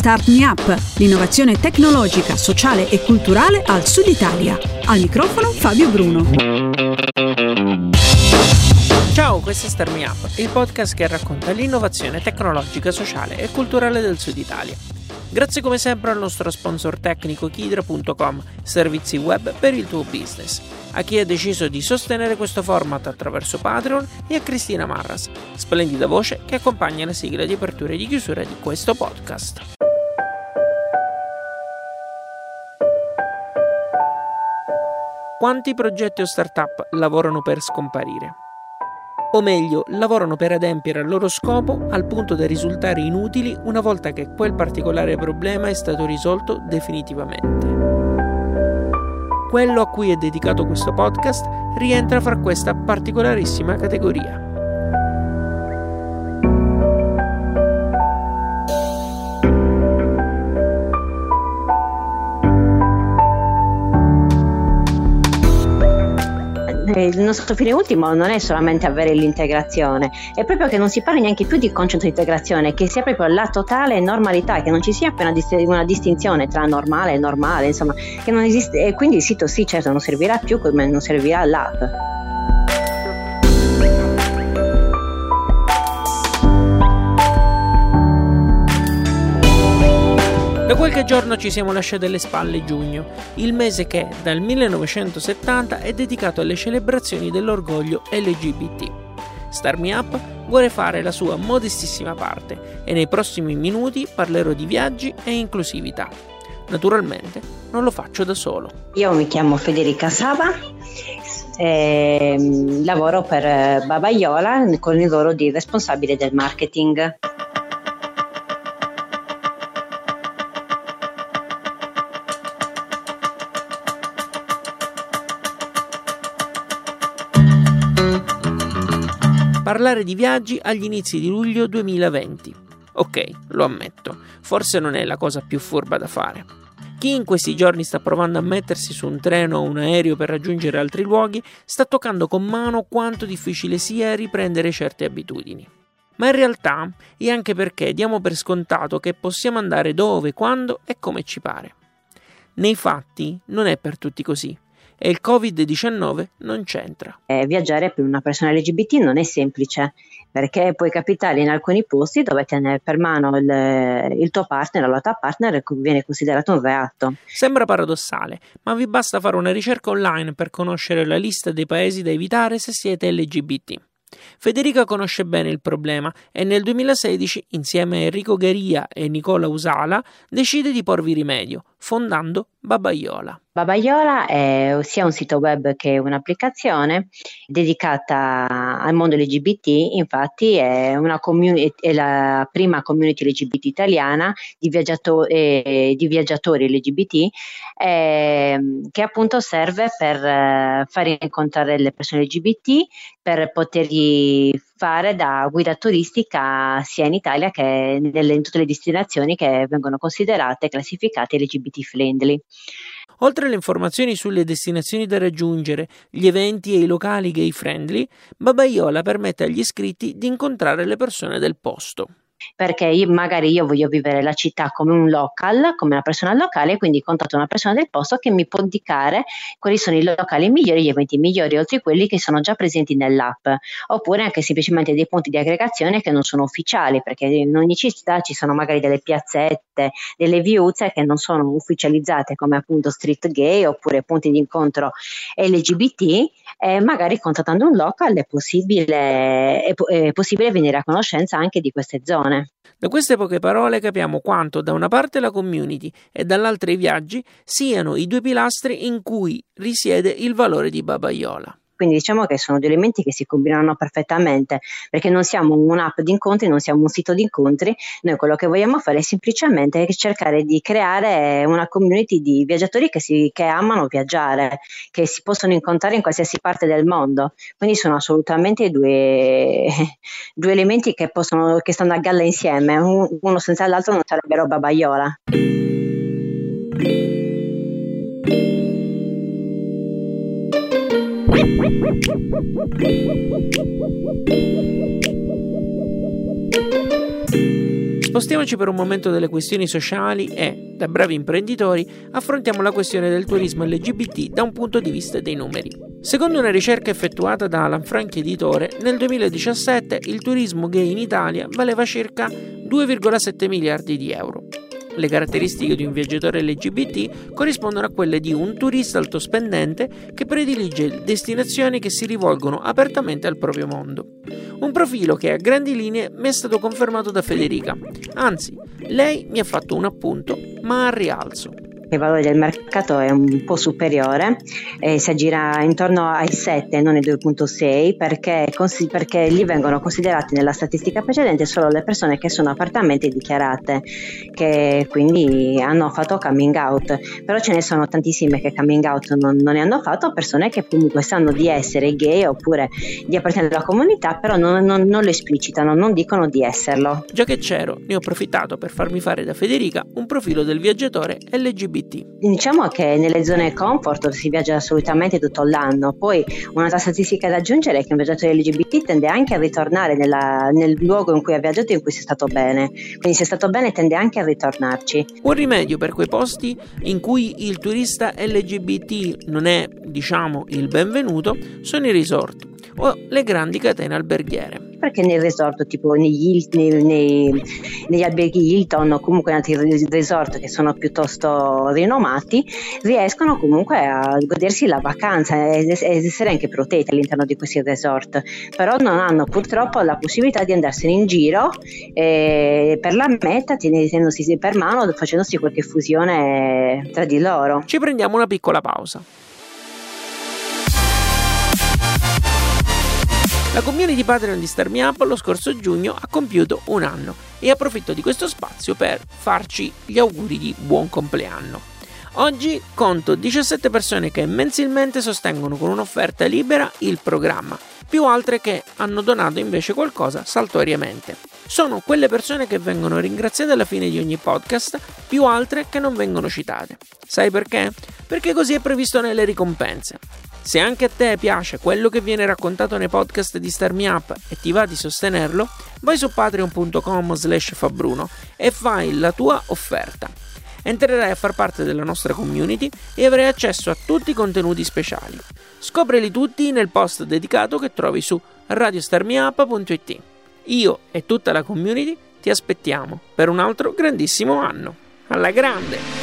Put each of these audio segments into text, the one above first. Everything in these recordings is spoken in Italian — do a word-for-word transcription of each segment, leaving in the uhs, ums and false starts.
Start Me Up, l'innovazione tecnologica, sociale e culturale al Sud Italia. Al microfono Fabio Bruno. Ciao, questo è Start Me Up, il podcast che racconta l'innovazione tecnologica, sociale e culturale del Sud Italia. Grazie come sempre al nostro sponsor tecnico Kidra punto com, servizi web per il tuo business, a chi ha deciso di sostenere questo format attraverso Patreon e a Cristina Marras, splendida voce che accompagna la sigla di apertura e di chiusura di questo podcast. Quanti progetti o startup lavorano per scomparire? O meglio, lavorano per adempiere al loro scopo al punto da risultare inutili una volta che quel particolare problema è stato risolto definitivamente. Quello a cui è dedicato questo podcast rientra fra questa particolarissima categoria. Il nostro fine ultimo non è solamente avere l'integrazione, è proprio che non si parli neanche più di concetto di integrazione, che sia proprio la totale normalità, che non ci sia appena una distinzione tra normale e normale, insomma, che non esiste, e quindi il sito sì, certo, non servirà più come non servirà l'app. Da qualche giorno ci siamo lasciati alle spalle giugno, il mese che dal millenovecentosettanta è dedicato alle celebrazioni dell'orgoglio L G B T. Start Me Up vuole fare la sua modestissima parte e nei prossimi minuti parlerò di viaggi e inclusività. Naturalmente non lo faccio da solo. Io mi chiamo Federica Sava, e lavoro per Babaiola con il ruolo di responsabile del marketing. Parlare di viaggi agli inizi di luglio duemilaventi. Ok, lo ammetto, forse non è la cosa più furba da fare. Chi in questi giorni sta provando a mettersi su un treno o un aereo per raggiungere altri luoghi sta toccando con mano quanto difficile sia riprendere certe abitudini. Ma in realtà è anche perché diamo per scontato che possiamo andare dove, quando e come ci pare. Nei fatti non è per tutti così. E il covid diciannove non c'entra. Eh, viaggiare per una persona L G B T non è semplice, perché puoi capitare in alcuni posti dove tenere per mano il, il tuo partner o la tua partner viene considerato un reato. Sembra paradossale, ma vi basta fare una ricerca online per conoscere la lista dei paesi da evitare se siete L G B T. Federica conosce bene il problema e nel duemilasedici, insieme a Enrico Garia e Nicola Usala, decide di porvi rimedio, fondando Babaiola. Babaiola è sia un sito web che un'applicazione dedicata al mondo L G B T, infatti è, una community, è la prima community L G B T italiana di, viaggiato, eh, di viaggiatori L G B T eh, che appunto serve per eh, fare incontrare le persone L G B T, per potergli fare da guida turistica sia in Italia che nelle, in tutte le destinazioni che vengono considerate classificate L G B T friendly. Oltre alle informazioni sulle destinazioni da raggiungere, gli eventi e i locali gay friendly, Babaiola permette agli iscritti di incontrare le persone del posto. Perché io, magari io voglio vivere la città come un local, come una persona locale, quindi contatto una persona del posto che mi può indicare quali sono i locali migliori, gli eventi migliori, oltre a quelli che sono già presenti nell'app, oppure anche semplicemente dei punti di aggregazione che non sono ufficiali, perché in ogni città ci sono magari delle piazzette, delle viuzze che non sono ufficializzate come appunto street gay oppure punti di incontro L G B T, e magari contattando un local è possibile, è, è possibile venire a conoscenza anche di queste zone. Da queste poche parole capiamo quanto da una parte la community e dall'altra i viaggi siano i due pilastri in cui risiede il valore di Babaiola. Quindi diciamo che sono due elementi che si combinano perfettamente, perché non siamo un'app di incontri, non siamo un sito di incontri, noi quello che vogliamo fare è semplicemente cercare di creare una community di viaggiatori che, si, che amano viaggiare, che si possono incontrare in qualsiasi parte del mondo, quindi sono assolutamente due, due elementi che, possono, che stanno a galla insieme, uno senza l'altro non sarebbero Babaiola. Spostiamoci per un momento dalle questioni sociali e, da bravi imprenditori, affrontiamo la questione del turismo L G B T da un punto di vista dei numeri. Secondo una ricerca effettuata da Alan Franchi Editore, nel duemiladiciassette il turismo gay in Italia valeva circa due virgola sette miliardi di euro. Le caratteristiche di un viaggiatore L G B T corrispondono a quelle di un turista altospendente che predilige destinazioni che si rivolgono apertamente al proprio mondo. Un profilo che a grandi linee mi è stato confermato da Federica, anzi, lei mi ha fatto un appunto, ma a rialzo. Il valore del mercato è un po' superiore, eh, si aggira intorno ai sette, non ai due virgola sei, perché, perché lì vengono considerate nella statistica precedente solo le persone che sono apertamente dichiarate, che quindi hanno fatto coming out, però ce ne sono tantissime che coming out non, non ne hanno fatto, persone che comunque sanno di essere gay oppure di appartenere alla comunità, però non, non, non lo esplicitano, non dicono di esserlo. Già che c'ero, ne ho approfittato per farmi fare da Federica un profilo del viaggiatore L G B T. Diciamo che nelle zone comfort si viaggia assolutamente tutto l'anno. Poi un'altra statistica da aggiungere è che un viaggiatore L G B T tende anche a ritornare nella, nel luogo in cui ha viaggiato e in cui si è stato bene, quindi se è stato bene tende anche a ritornarci. Un rimedio per quei posti in cui il turista L G B T non è, diciamo, il benvenuto sono i resort o le grandi catene alberghiere. Perché nel resort, tipo negli, nei, nei, negli alberghi Hilton o comunque in altri resort che sono piuttosto rinomati, riescono comunque a godersi la vacanza ed essere anche protetti all'interno di questi resort, però non hanno purtroppo la possibilità di andarsene in giro eh, per la meta, tenendosi per mano, facendosi qualche fusione tra di loro. Ci prendiamo una piccola pausa. La community Patreon di Start Me Up lo scorso giugno ha compiuto un anno e approfitto di questo spazio per farci gli auguri di buon compleanno. Oggi conto diciassette persone che mensilmente sostengono con un'offerta libera il programma, più altre che hanno donato invece qualcosa saltuariamente. Sono quelle persone che vengono ringraziate alla fine di ogni podcast, più altre che non vengono citate. Sai perché? Perché così è previsto nelle ricompense. Se anche a te piace quello che viene raccontato nei podcast di Start Me Up e ti va di sostenerlo, vai su patreon punto com slash fabruno e fai la tua offerta. Entrerai a far parte della nostra community e avrai accesso a tutti i contenuti speciali. Scoprili tutti nel post dedicato che trovi su radio start me up punto it. Io e tutta la community ti aspettiamo per un altro grandissimo anno. Alla grande!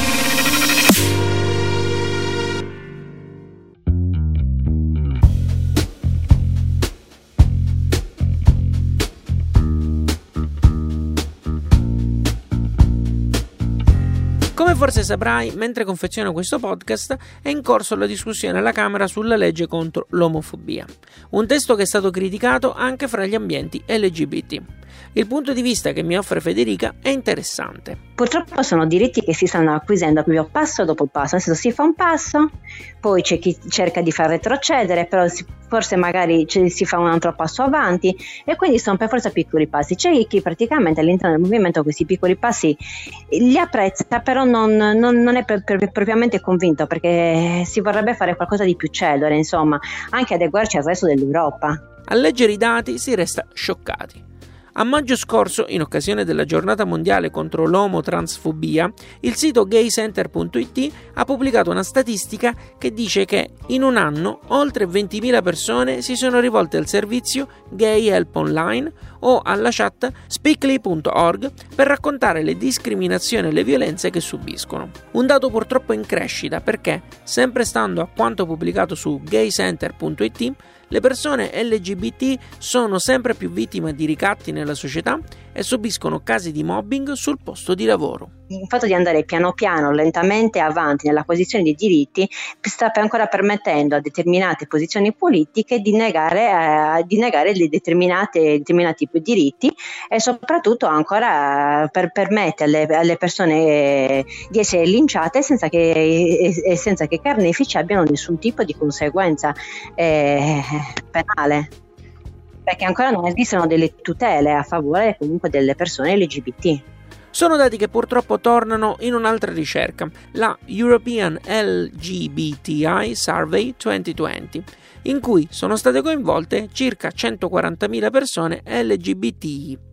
Come forse saprai, mentre confeziono questo podcast è in corso la discussione alla Camera sulla legge contro l'omofobia, un testo che è stato criticato anche fra gli ambienti L G B T. Il punto di vista che mi offre Federica è interessante. Purtroppo sono diritti che si stanno acquisendo proprio passo dopo passo, nel senso si fa un passo, poi c'è chi cerca di far retrocedere, però si, forse magari si fa un altro passo avanti e quindi sono per forza piccoli passi. C'è chi praticamente all'interno del movimento questi piccoli passi li apprezza, però non, non, non è per, per, propriamente convinto, perché si vorrebbe fare qualcosa di più celere, insomma, anche adeguarci al resto dell'Europa. A leggere i dati si resta scioccati. A maggio scorso, in occasione della giornata mondiale contro l'omotransfobia, il sito gay center punto it ha pubblicato una statistica che dice che in un anno oltre ventimila persone si sono rivolte al servizio Gay Help Online o alla chat speakly punto org per raccontare le discriminazioni e le violenze che subiscono. Un dato purtroppo in crescita perché, sempre stando a quanto pubblicato su gay center punto it, le persone L G B T sono sempre più vittime di ricatti nella società e subiscono casi di mobbing sul posto di lavoro. Il fatto di andare piano piano, lentamente avanti nell'acquisizione dei diritti sta ancora permettendo a determinate posizioni politiche di negare, eh, di negare le determinate, determinati diritti e soprattutto ancora per permettere alle, alle persone di essere linciate senza che, e, e senza che i carnefici abbiano nessun tipo di conseguenza eh, penale, perché ancora non esistono delle tutele a favore comunque delle persone L G B T. Sono dati che purtroppo tornano in un'altra ricerca, la European L G B T I Survey duemilaventi, in cui sono state coinvolte circa centoquarantamila persone L G B T I.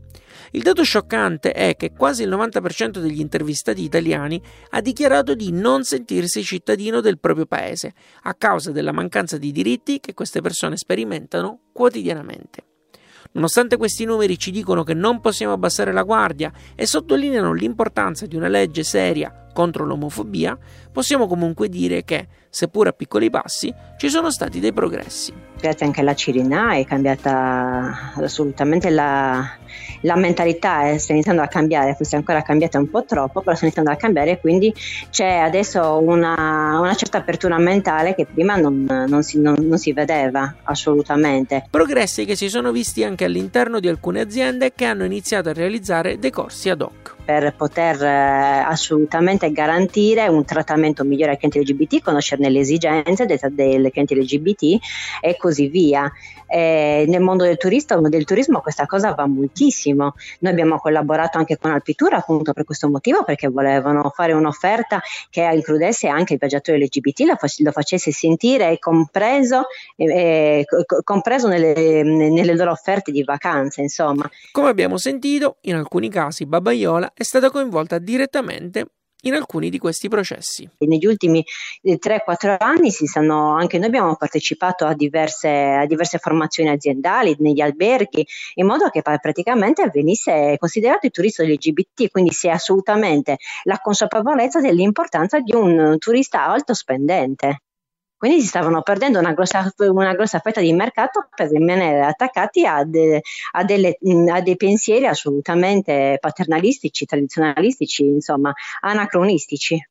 Il dato scioccante è che quasi il novanta per cento degli intervistati italiani ha dichiarato di non sentirsi cittadino del proprio paese a causa della mancanza di diritti che queste persone sperimentano quotidianamente. Nonostante questi numeri ci dicono che non possiamo abbassare la guardia e sottolineano l'importanza di una legge seria contro l'omofobia, possiamo comunque dire che, seppur a piccoli passi, ci sono stati dei progressi. Grazie anche alla Cirinà è cambiata assolutamente la, la mentalità, eh, sta iniziando a cambiare, forse ancora cambiata un po' troppo, però sta iniziando a cambiare e quindi c'è adesso una, una certa apertura mentale che prima non, non, si, non, non si vedeva assolutamente. Progressi che si sono visti anche all'interno di alcune aziende che hanno iniziato a realizzare dei corsi ad hoc. Per poter eh, assolutamente garantire un trattamento migliore ai clienti L G B T, conoscerne le esigenze dei, dei clienti L G B T e così via. Eh, nel mondo del turismo, del turismo questa cosa va moltissimo. Noi abbiamo collaborato anche con Alpitur appunto per questo motivo, perché volevano fare un'offerta che includesse anche il viaggiatore L G B T, lo, fac- lo facesse sentire compreso, eh, compreso nelle, nelle loro offerte di vacanze, insomma. Come abbiamo sentito, in alcuni casi Babaiola è stata coinvolta direttamente in alcuni di questi processi. Negli ultimi tre quattro anni si stanno, anche noi abbiamo partecipato a diverse, a diverse formazioni aziendali negli alberghi, in modo che praticamente venisse considerato il turista L G B T, quindi si è assolutamente la consapevolezza dell'importanza di un turista alto spendente. Quindi si stavano perdendo una grossa, una grossa fetta di mercato per rimanere attaccati a, de, a, delle, a dei pensieri assolutamente paternalistici, tradizionalistici, insomma, anacronistici.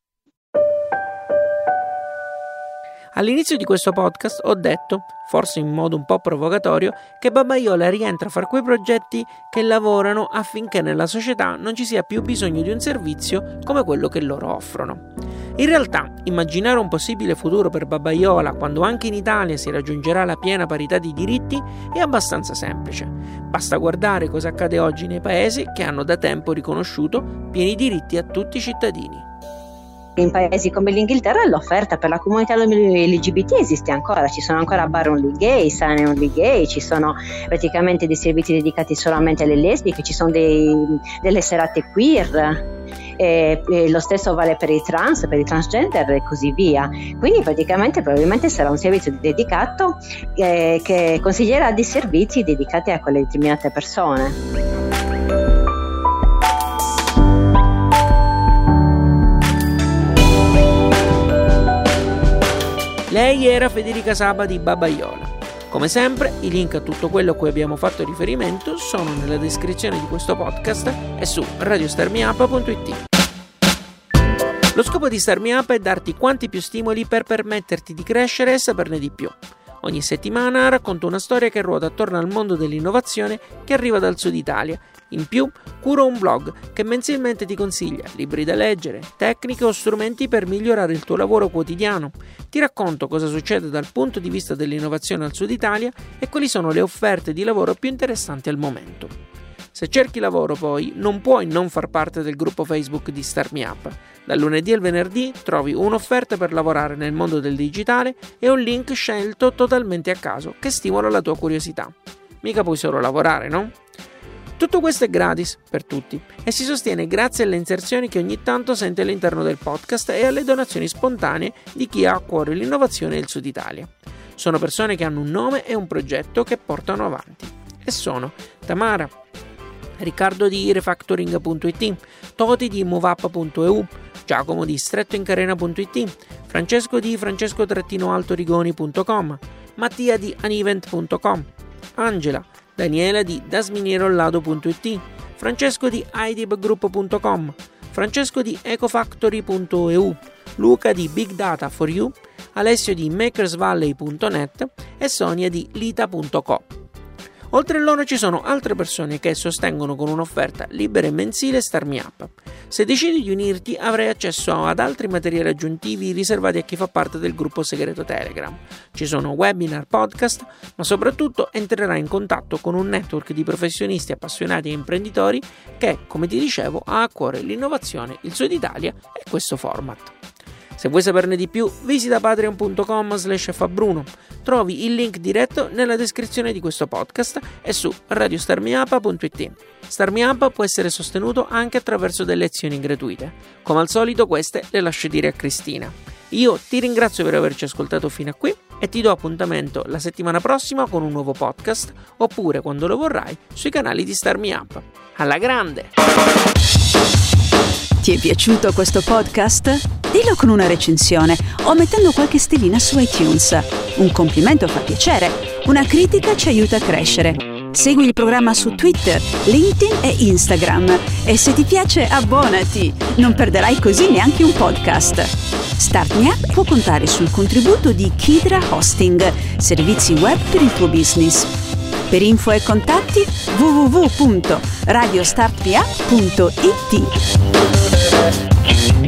All'inizio di questo podcast ho detto, forse in modo un po' provocatorio, che Babaiola rientra a fare quei progetti che lavorano affinché nella società non ci sia più bisogno di un servizio come quello che loro offrono. In realtà, immaginare un possibile futuro per Babaiola quando anche in Italia si raggiungerà la piena parità di diritti è abbastanza semplice. Basta guardare cosa accade oggi nei paesi che hanno da tempo riconosciuto pieni diritti a tutti i cittadini. In paesi come l'Inghilterra l'offerta per la comunità L G B T esiste ancora, ci sono ancora bar only gay, sane only gay, ci sono praticamente dei servizi dedicati solamente alle lesbiche, ci sono dei, delle serate queer. E, e lo stesso vale per i trans, per i transgender e così via. Quindi praticamente probabilmente sarà un servizio dedicato eh, che consiglierà dei servizi dedicati a quelle determinate persone. Lei era Federica Saba di Babaiola. Come sempre, i link a tutto quello a cui abbiamo fatto riferimento sono nella descrizione di questo podcast e su radio star me up punto it. Lo scopo di Star Me Up è darti quanti più stimoli per permetterti di crescere e saperne di più. Ogni settimana racconto una storia che ruota attorno al mondo dell'innovazione che arriva dal Sud Italia. In più, curo un blog che mensilmente ti consiglia libri da leggere, tecniche o strumenti per migliorare il tuo lavoro quotidiano. Ti racconto cosa succede dal punto di vista dell'innovazione al Sud Italia e quali sono le offerte di lavoro più interessanti al momento. Se cerchi lavoro poi, non puoi non far parte del gruppo Facebook di Star Me Up. Dal lunedì al venerdì trovi un'offerta per lavorare nel mondo del digitale e un link scelto totalmente a caso che stimola la tua curiosità. Mica puoi solo lavorare, no? Tutto questo è gratis per tutti e si sostiene grazie alle inserzioni che ogni tanto senti all'interno del podcast e alle donazioni spontanee di chi ha a cuore l'innovazione del Sud Italia. Sono persone che hanno un nome e un progetto che portano avanti. E sono Tamara, Riccardo di refactoring punto it, Toti di movup punto e u, Giacomo di strettoincarena punto it, Francesco di francesco-altorigoni punto com, Mattia di anivent punto com, Angela, Daniela di dasminierolado punto it, Francesco di idibgroup punto com, Francesco di ecofactory punto e u, Luca di big data for you, Alessio di makersvalley punto net e Sonia di lita punto co. Oltre a loro ci sono altre persone che sostengono con un'offerta libera e mensile Star Me Up. Se decidi di unirti avrai accesso ad altri materiali aggiuntivi riservati a chi fa parte del gruppo segreto Telegram. Ci sono webinar, podcast, ma soprattutto entrerai in contatto con un network di professionisti appassionati e imprenditori che, come ti dicevo, ha a cuore l'innovazione, il Sud Italia e questo format. Se vuoi saperne di più, visita patreon punto com slash fabruno. Trovi il link diretto nella descrizione di questo podcast e su radio starmiup punto it. Starmiup può essere sostenuto anche attraverso delle lezioni gratuite. Come al solito, queste le lascio dire a Cristina. Io ti ringrazio per averci ascoltato fino a qui e ti do appuntamento la settimana prossima con un nuovo podcast, oppure quando lo vorrai sui canali di Starmiup. Alla grande! Ti è piaciuto questo podcast? Dillo con una recensione o mettendo qualche stellina su iTunes. Un complimento fa piacere, una critica ci aiuta a crescere. Segui il programma su Twitter, LinkedIn e Instagram e se ti piace abbonati, non perderai così neanche un podcast. StartMeUp può contare sul contributo di Kidra Hosting, servizi web per il tuo business. Per info e contatti w w w punto radio startmeup punto it.